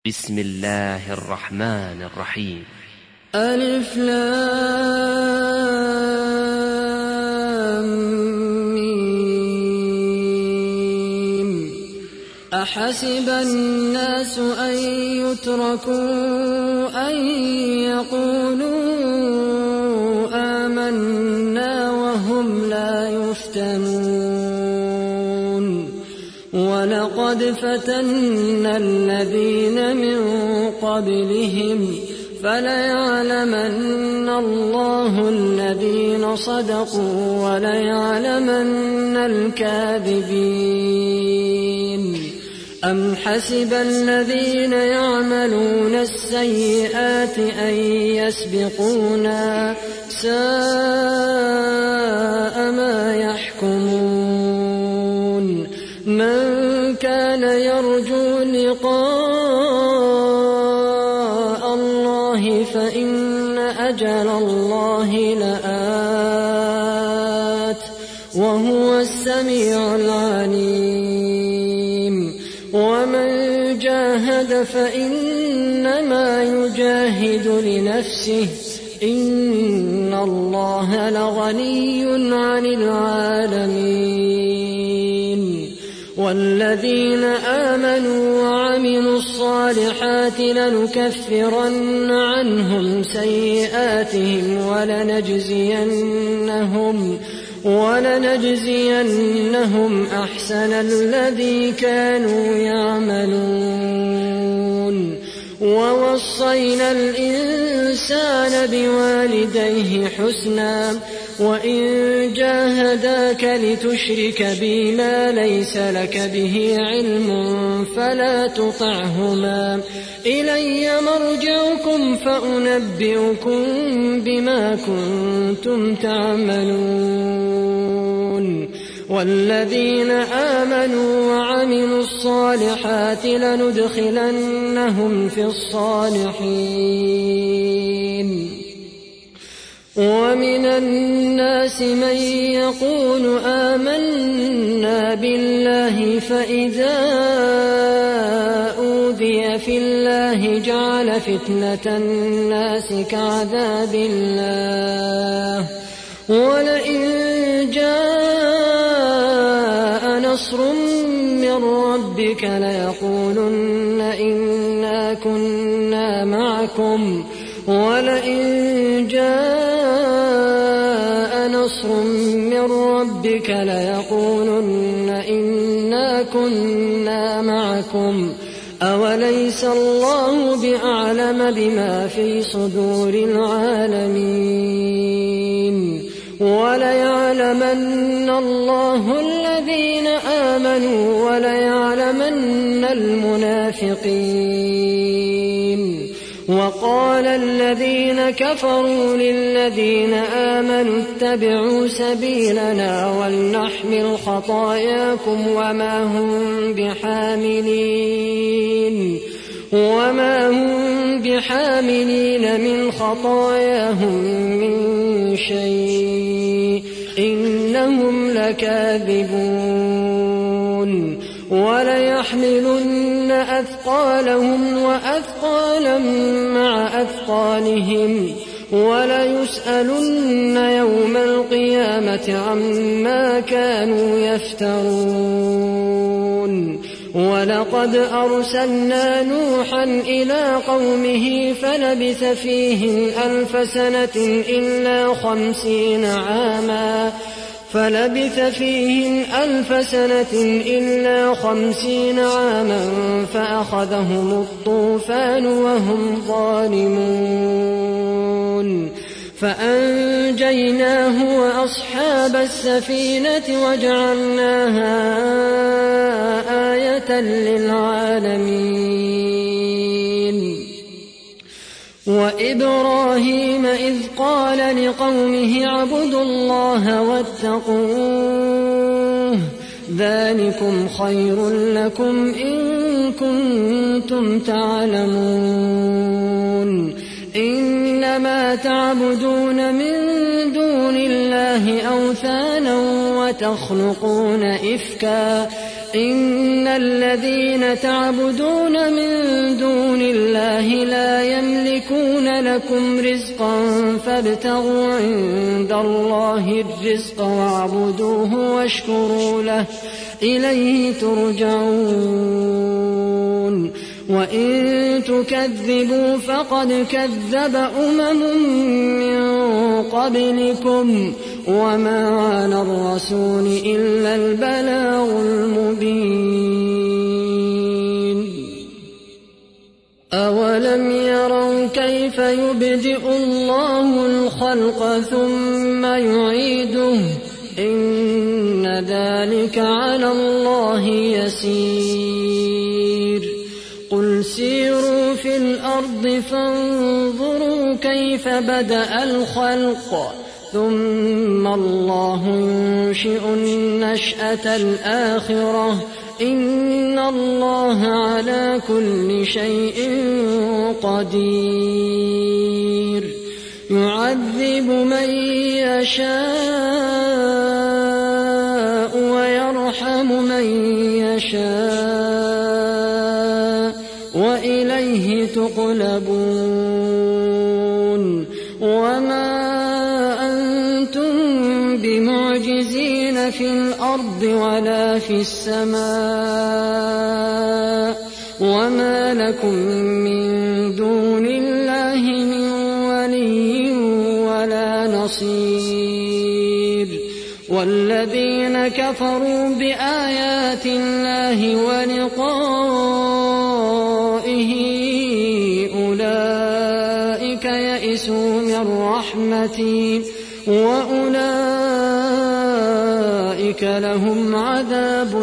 بسم الله الرحمن الرحيم. ألف لام ميم. أحسب الناس أن يتركوا أن يقولوا آمنا وهم لا يفتنون. ولقد فتنا الذين من قبلهم فليعلمن الله الذين صدقوا وليعلمن الكاذبين. أم حسب الذين يعملون السيئات أن يسبقونا ساء ما يحكمون. من كان يرجو لقاء الله فإن أجل الله لآت وهو السميع العليم. ومن جاهد فإنما يجاهد لنفسه إن الله لغني عن العالمين. والذين آمنوا وعملوا الصالحات لنكفرن عنهم سيئاتهم ولنجزينهم أحسن الذي كانوا يعملون. ووصينا الإنسان بوالديه حسنا وإن جاهداك لتشرك بي ما ليس لك به علم فلا تطعهما إلي مرجعكم فأنبئكم بما كنتم تعملون. والذين آمنوا وعملوا الصالحات لندخلنهم في الصالحين. ومن الناس من يقول آمنا بالله فإذا أوذي في الله جعل فتنة الناس كعذاب الله. ولئن جاء نصر من ربك ليقولن إنا كنا معكم ولئن جاء نصر من ربك ليقولن إنا كنا معكم أوليس الله بأعلم بما في صدور العالمين. وليعلمن الله الذين آمنوا وليعلمن المنافقين. وقال الذين كفروا للذين آمنوا اتبعوا سبيلنا ولنحمل خطاياكم وما هم بحاملين من خطاياهم من شيء إنهم لكاذبون. وليحملن أثقالهم وأثقالا مع أثقالهم وليسألن يوم القيامة عما كانوا يفترون. ولقد أرسلنا نوحا إلى قومه فلبث فيهم ألف سنة إلا 50 عاما فأخذهم الطوفان وهم ظالمون. فأنجيناه وأصحاب السفينة وجعلناها آية للعالمين. وإبراهيم إذ قال لقومه اعبدوا الله واتقوه ذلكم خير لكم إن كنتم تعلمون. إنما تعبدون من دون الله أوثانا وتخلقون إفكا إن الذين تعبدون من دون لكم رزقا فابتغوا عند الله الرزق واعبدوه واشكروا له إليه ترجعون وإن تكذبوا فقد كذب من قبلكم وما على الرسول إلا البلاغ المبين أولم يروا كيف يبدئ الله الخلق ثم يعيده إن ذلك على الله يسير قل سيروا في الأرض فانظروا كيف بدأ الخلق ثم الله ينشئ النشأة الآخرة إن الله على كل شيء قدير يعذب من يشاء ويرحم من يشاء وإليه تقلبون وما أنتم بمعجزين في الأرض ولا في السماء وما لكم من دون الله من ولي ولا نصير والذين كفروا بآيات الله ولقائه أولئك يئسوا من رحمتي وأولئك لهم عذاب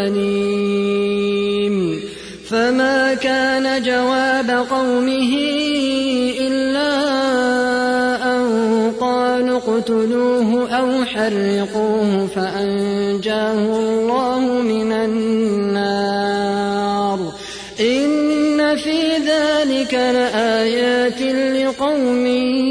أليم فما كان جواب قومه إلا أن قالوا اقتلوه أو حرقوه فأنجاه الله من النار إن في ذلك لآيات لقوم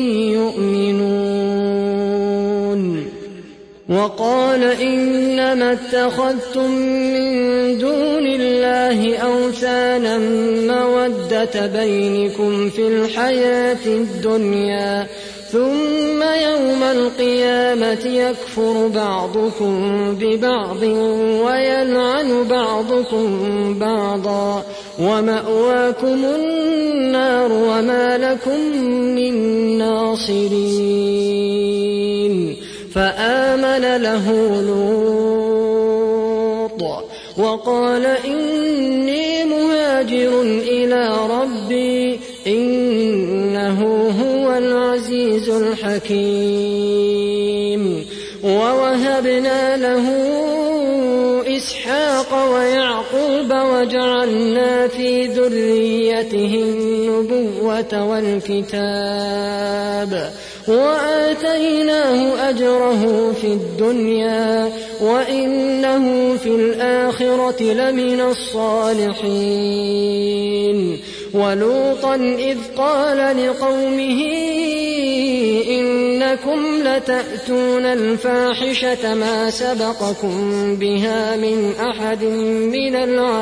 يؤمنون وقال إنما اتخذتم من دون الله أوثانا مودة بينكم في الحياة الدنيا ثم يوم القيامة يكفر بعضكم ببعض ويلعن بعضكم بعضا ومأواكم النار وما لكم من ناصرين فآمن له لوط وقال إني مهاجر إلى ربي إنه هو العزيز الحكيم ووهبنا له إسحاق ويعقوب وجعلنا في ذريته النبوة والكتاب وآتيناه أجره في الدنيا وإنه في الآخرة لمن الصالحين ولوطا إذ قال لقومه إنكم لتأتون الفاحشة ما سبقكم بها من أحد من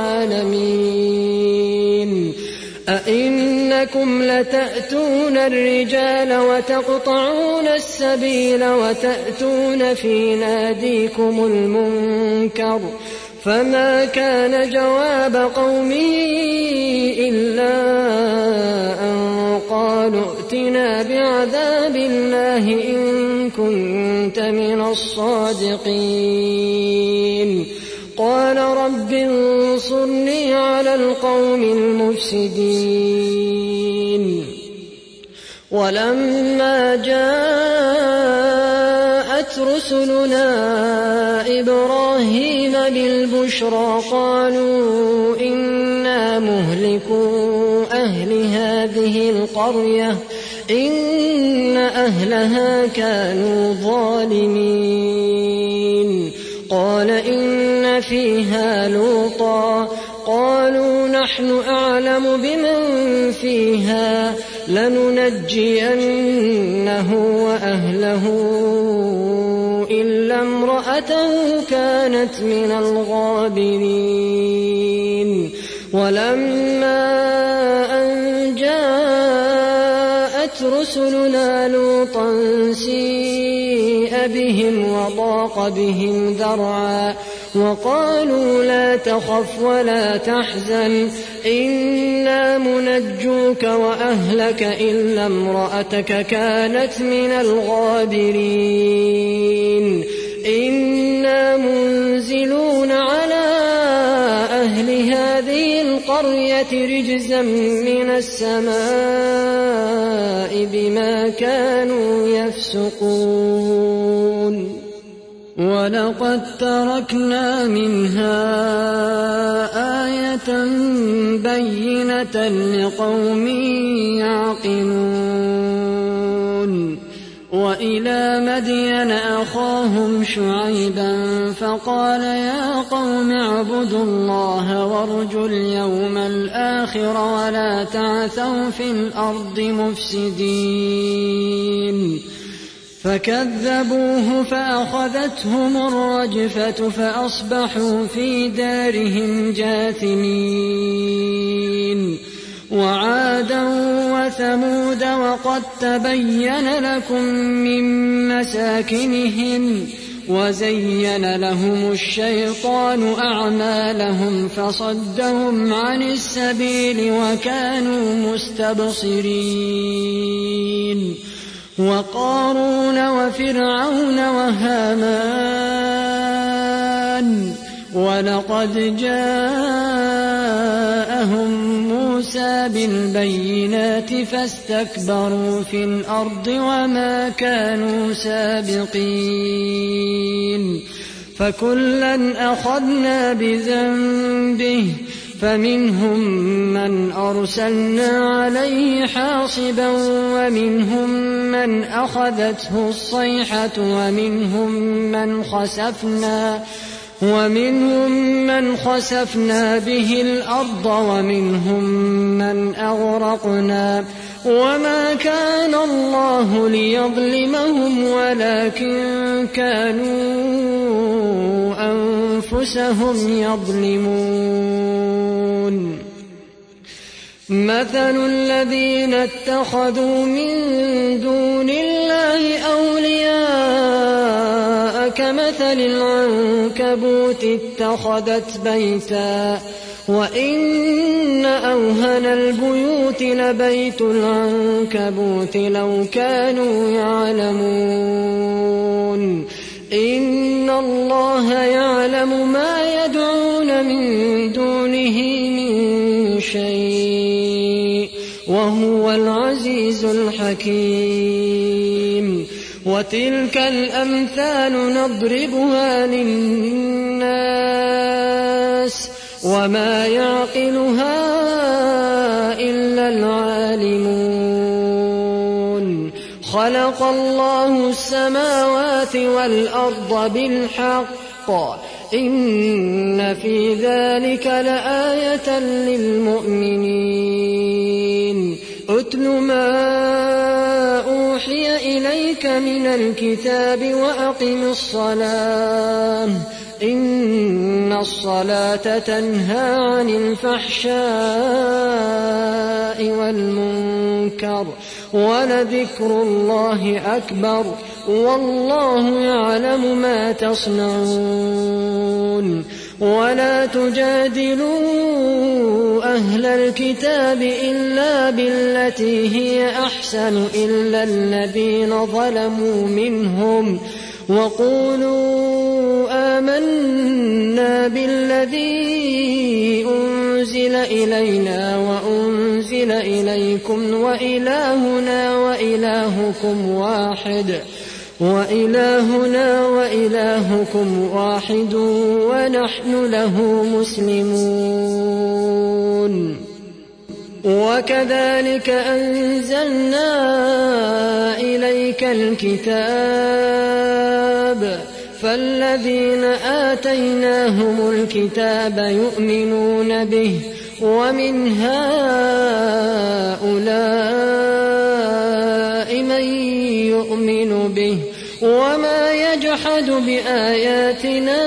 العالمين أئنكم لتأتون الرجال وتقطعون السبيل وتأتون في ناديكم المنكر فما كان جواب قومه إلا أن قالوا ائتنا بعذاب الله إن كنت من الصادقين قال رب انصرني على القوم المفسدين ولما جاءت رسلنا إبراهيم بالبشرى قالوا إنا مهلكو أهل هذه القرية إن أهلها كانوا ظالمين قال إن فيها لوطا قالوا نحن أعلم بمن فيها لننجينه وأهله إلا امرأته كانت من الغابرين ولما أن جاءت كذبت رسلنا لوطا سيء بهم وضاق بهم ذرعا وقالوا لا تخف ولا تحزن إنا منجوك وأهلك إلا امرأتك كانت من الغابرين إنا منزلون على أهل هذه القرية رجزا من السماء بما كانوا يفسقون ولقد تركنا منها آية بينة لقوم يعقلون وإلى مدين أخاهم شعيبا فقال يا قوم اعبدوا الله وارجوا اليوم الآخر ولا تعثوا في الأرض مفسدين فكذبوه فأخذتهم الرجفة فأصبحوا في دارهم جاثمين وعادا وثمود وقد تبين لكم من مساكنهم وزين لهم الشيطان أعمالهم فصدهم عن السبيل وكانوا مستبصرين وقارون وفرعون وهامان ولقد جاءهم موسى بالبينات فاستكبروا في الأرض وما كانوا سابقين فكلا أخذنا بذنبه فمنهم من أرسلنا عليه حاصبا ومنهم من أخذته الصيحة ومنهم من خسفنا به الأرض ومنهم من أغرقنا وما كان الله ليظلمهم ولكن كانوا أنفسهم يظلمون مثل الذين اتخذوا من دون الله أولياء كمثل العنكبوت اتخذت بيتا وإن أوهن البيوت لبيت العنكبوت لو كانوا يعلمون إن الله يعلم ما يدعون من دونه من شيء وهو العزيز الحكيم وتلك الأمثال نضربها للناس وما يعقلها إلا العالمون خلق الله السماوات والأرض بالحق إن في ذلك لآية للمؤمنين أتل ما أوحي إليك من الكتاب وأقم الصلاة إن الصلاة تنهى عن الفحشاء والمنكر ولذكر الله أكبر والله يعلم ما تصنعون ولا تجادلوا أهل الكتاب إلا بالتي هي أحسن إلا الذين ظلموا منهم وقولوا آمنا بالذي أنزل إلينا وأنزل إليكم وإلهنا وإلهكم واحد ونحن له مسلمون وكذلك أنزلنا إليك الكتاب فالذين آتيناهم الكتاب يؤمنون به ومن هؤلاء من يؤمن به وما يجحد بآياتنا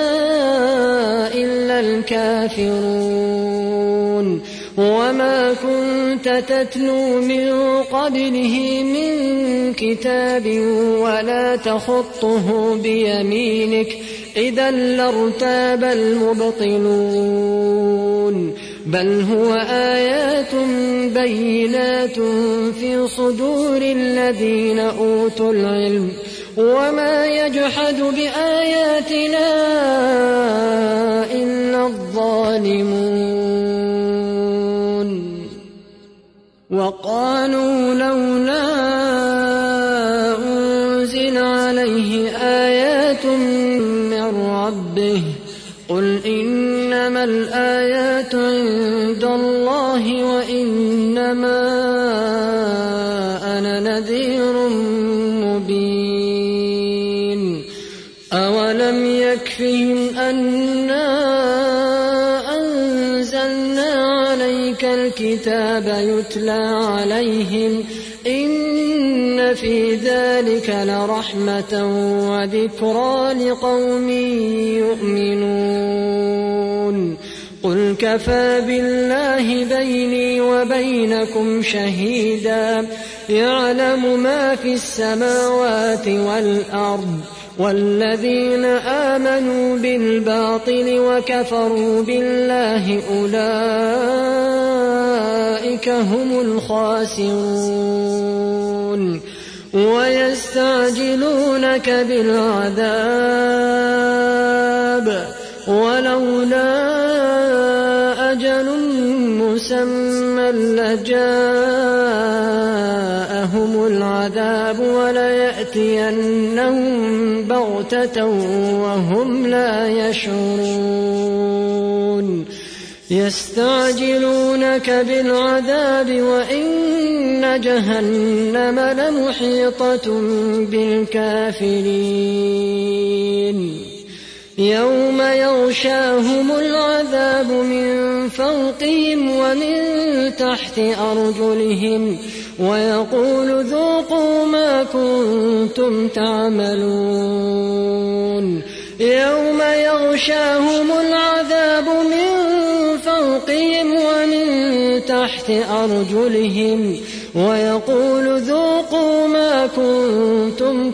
إلا الكافرون وما كنت كنت تتلو من قبله من كتاب ولا تخطه بيمينك إذا لارتاب المبطلون بل هو آيات بينات في صدور الذين أوتوا العلم وما يجحد بآياتنا إلا الظالمون وقالوا لولا أنزل عليه آيات من ربه قل إنما الآيات عند الله وإنما أنا نذير مبين أولم يكفهم أنا أنزلنا عليك الكتاب يتلى عليهم إن في ذلك لرحمة وذكرى لقوم يؤمنون قل كفى بالله بيني وبينكم شهيدا يعلم ما في السماوات والأرض والذين آمنوا بالباطل وكفروا بالله أولئك هم الخاسرون ويستعجلونك بالعذاب ولولا أجل مسمى لجاءهم العذاب وليأتينهم بغتة وهم لا يشعرون يستعجلونك بالعذاب وإن جهنم لمحيطة بالكافرين يوم يغشاهم العذاب من فوقهم ومن تحت أرجلهم ويقول ذوقوا ما كنتم تعملون يوم يغشاهم العذاب من فوقهم ومن تحت أرجلهم ويقول ذوقوا ما كنتم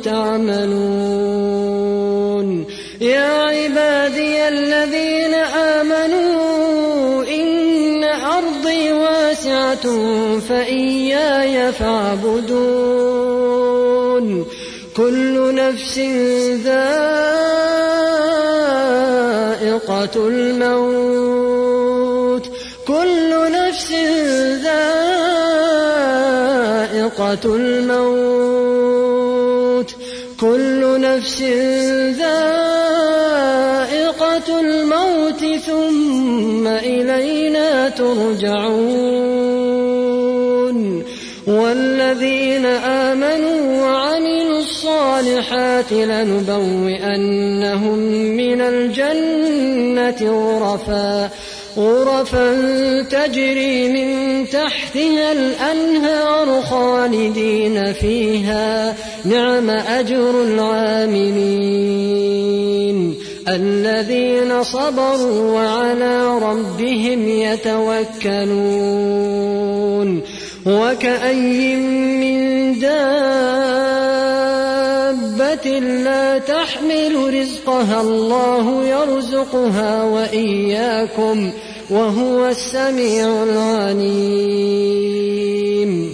تعملون يا عبادي الذين آمنوا إن أرضي واسعة فإياي فاعبدون كل نفس ذائقة الموت كل نفس ذائقة الموت كل نفس ذائقة الموت ثم إلينا ترجعون والذين آمنوا وعملوا الصالحات لنبوئنهم من الجنة غرفا تجري من تحتها الأنهار خالدين فيها نعم أجر العاملين الذين صبروا وعلى ربهم يتوكلون وكأي من دابة لا تحمل رزقها الله يرزقها وإياكم وهو السميع العليم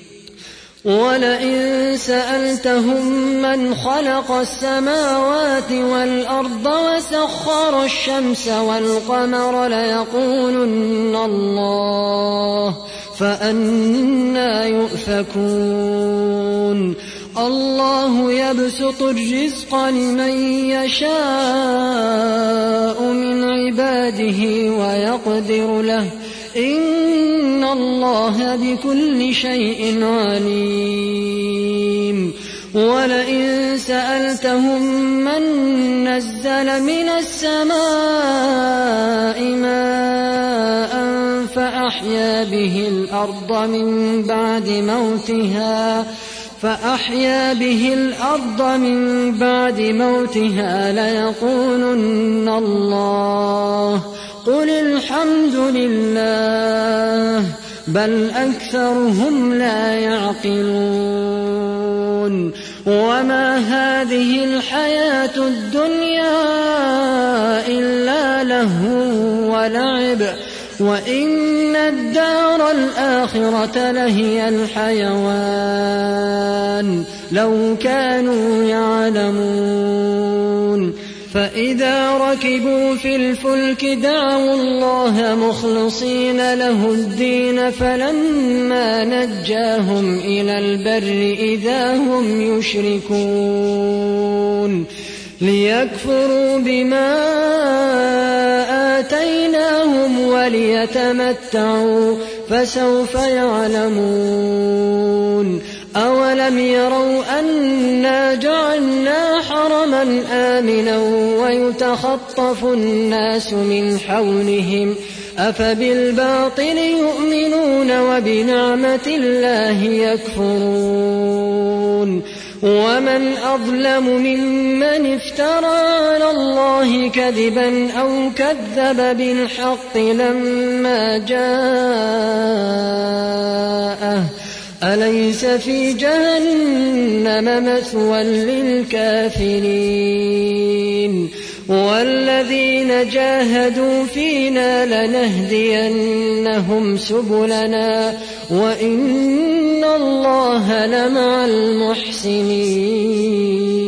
ولئن سألتهم من خلق السماوات والأرض وسخر الشمس والقمر ليقولن الله فأنى يؤفكون الله يبسط الرزق لمن يشاء من عباده ويقدر له إن الله بكل شيء عليم ولئن سألتهم من نزل من السماء ماء فأحيا به الأرض من بعد موتها ليقولن الله قل الحمد لله بل أكثرهم لا يعقلون وما هذه الحياة الدنيا إلا لهو ولعب وإن الدار الآخرة لهي الحيوان لو كانوا يعلمون فإذا ركبوا في الفلك دعوا الله مخلصين له الدين فلما نجاهم إلى البر إذا هم يشركون ليكفروا بما آتيناهم وليتمتعوا فسوف يعلمون أولم يروا أنا جعلنا حرما آمنا ويتخطف الناس من حولهم أفبالباطل يؤمنون وبنعمة الله يكفرون ومن أظلم ممن افترى على الله كذبا أو كذب بالحق لما جاءه أليس في جهنم مثوى للكافرين والذين جاهدوا فينا لنهدينهم سبلنا وإن الله لمع المحسنين